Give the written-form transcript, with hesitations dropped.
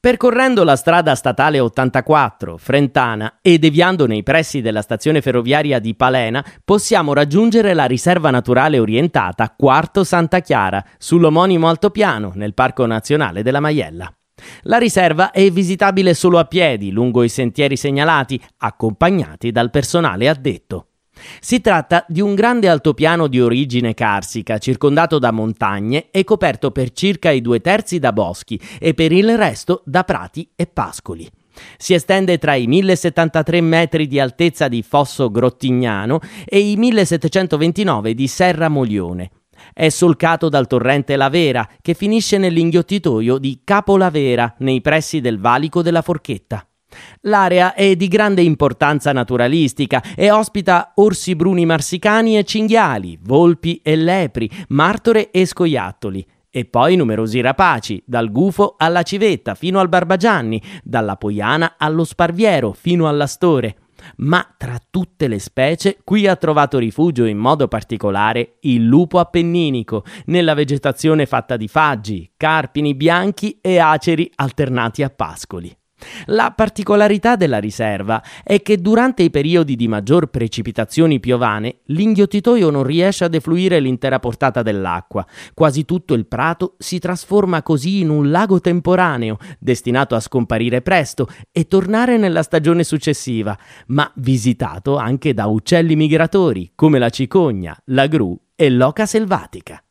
Percorrendo la strada statale 84, Frentana, e deviando nei pressi della stazione ferroviaria di Palena, possiamo raggiungere la riserva naturale orientata Quarto Santa Chiara, sull'omonimo altopiano, nel Parco Nazionale della Maiella. La riserva è visitabile solo a piedi, lungo i sentieri segnalati, accompagnati dal personale addetto. Si tratta di un grande altopiano di origine carsica, circondato da montagne e coperto per circa i 2/3 da boschi e per il resto da prati e pascoli. Si estende tra i 1073 metri di altezza di Fosso Grottignano e i 1729 di Serra Molione. È solcato dal torrente Lavera, che finisce nell'inghiottitoio di Capo Lavera, nei pressi del valico della Forchetta. L'area è di grande importanza naturalistica e ospita orsi bruni marsicani e cinghiali, volpi e lepri, martore e scoiattoli. E poi numerosi rapaci, dal gufo alla civetta fino al barbagianni, dalla poiana allo sparviero fino all'astore. Ma tra tutte le specie qui ha trovato rifugio in modo particolare il lupo appenninico, nella vegetazione fatta di faggi, carpini bianchi e aceri alternati a pascoli. La particolarità della riserva è che durante i periodi di maggior precipitazioni piovane l'inghiottitoio non riesce a defluire l'intera portata dell'acqua. Quasi tutto il prato si trasforma così in un lago temporaneo, destinato a scomparire presto e tornare nella stagione successiva, ma visitato anche da uccelli migratori come la cicogna, la gru e l'oca selvatica.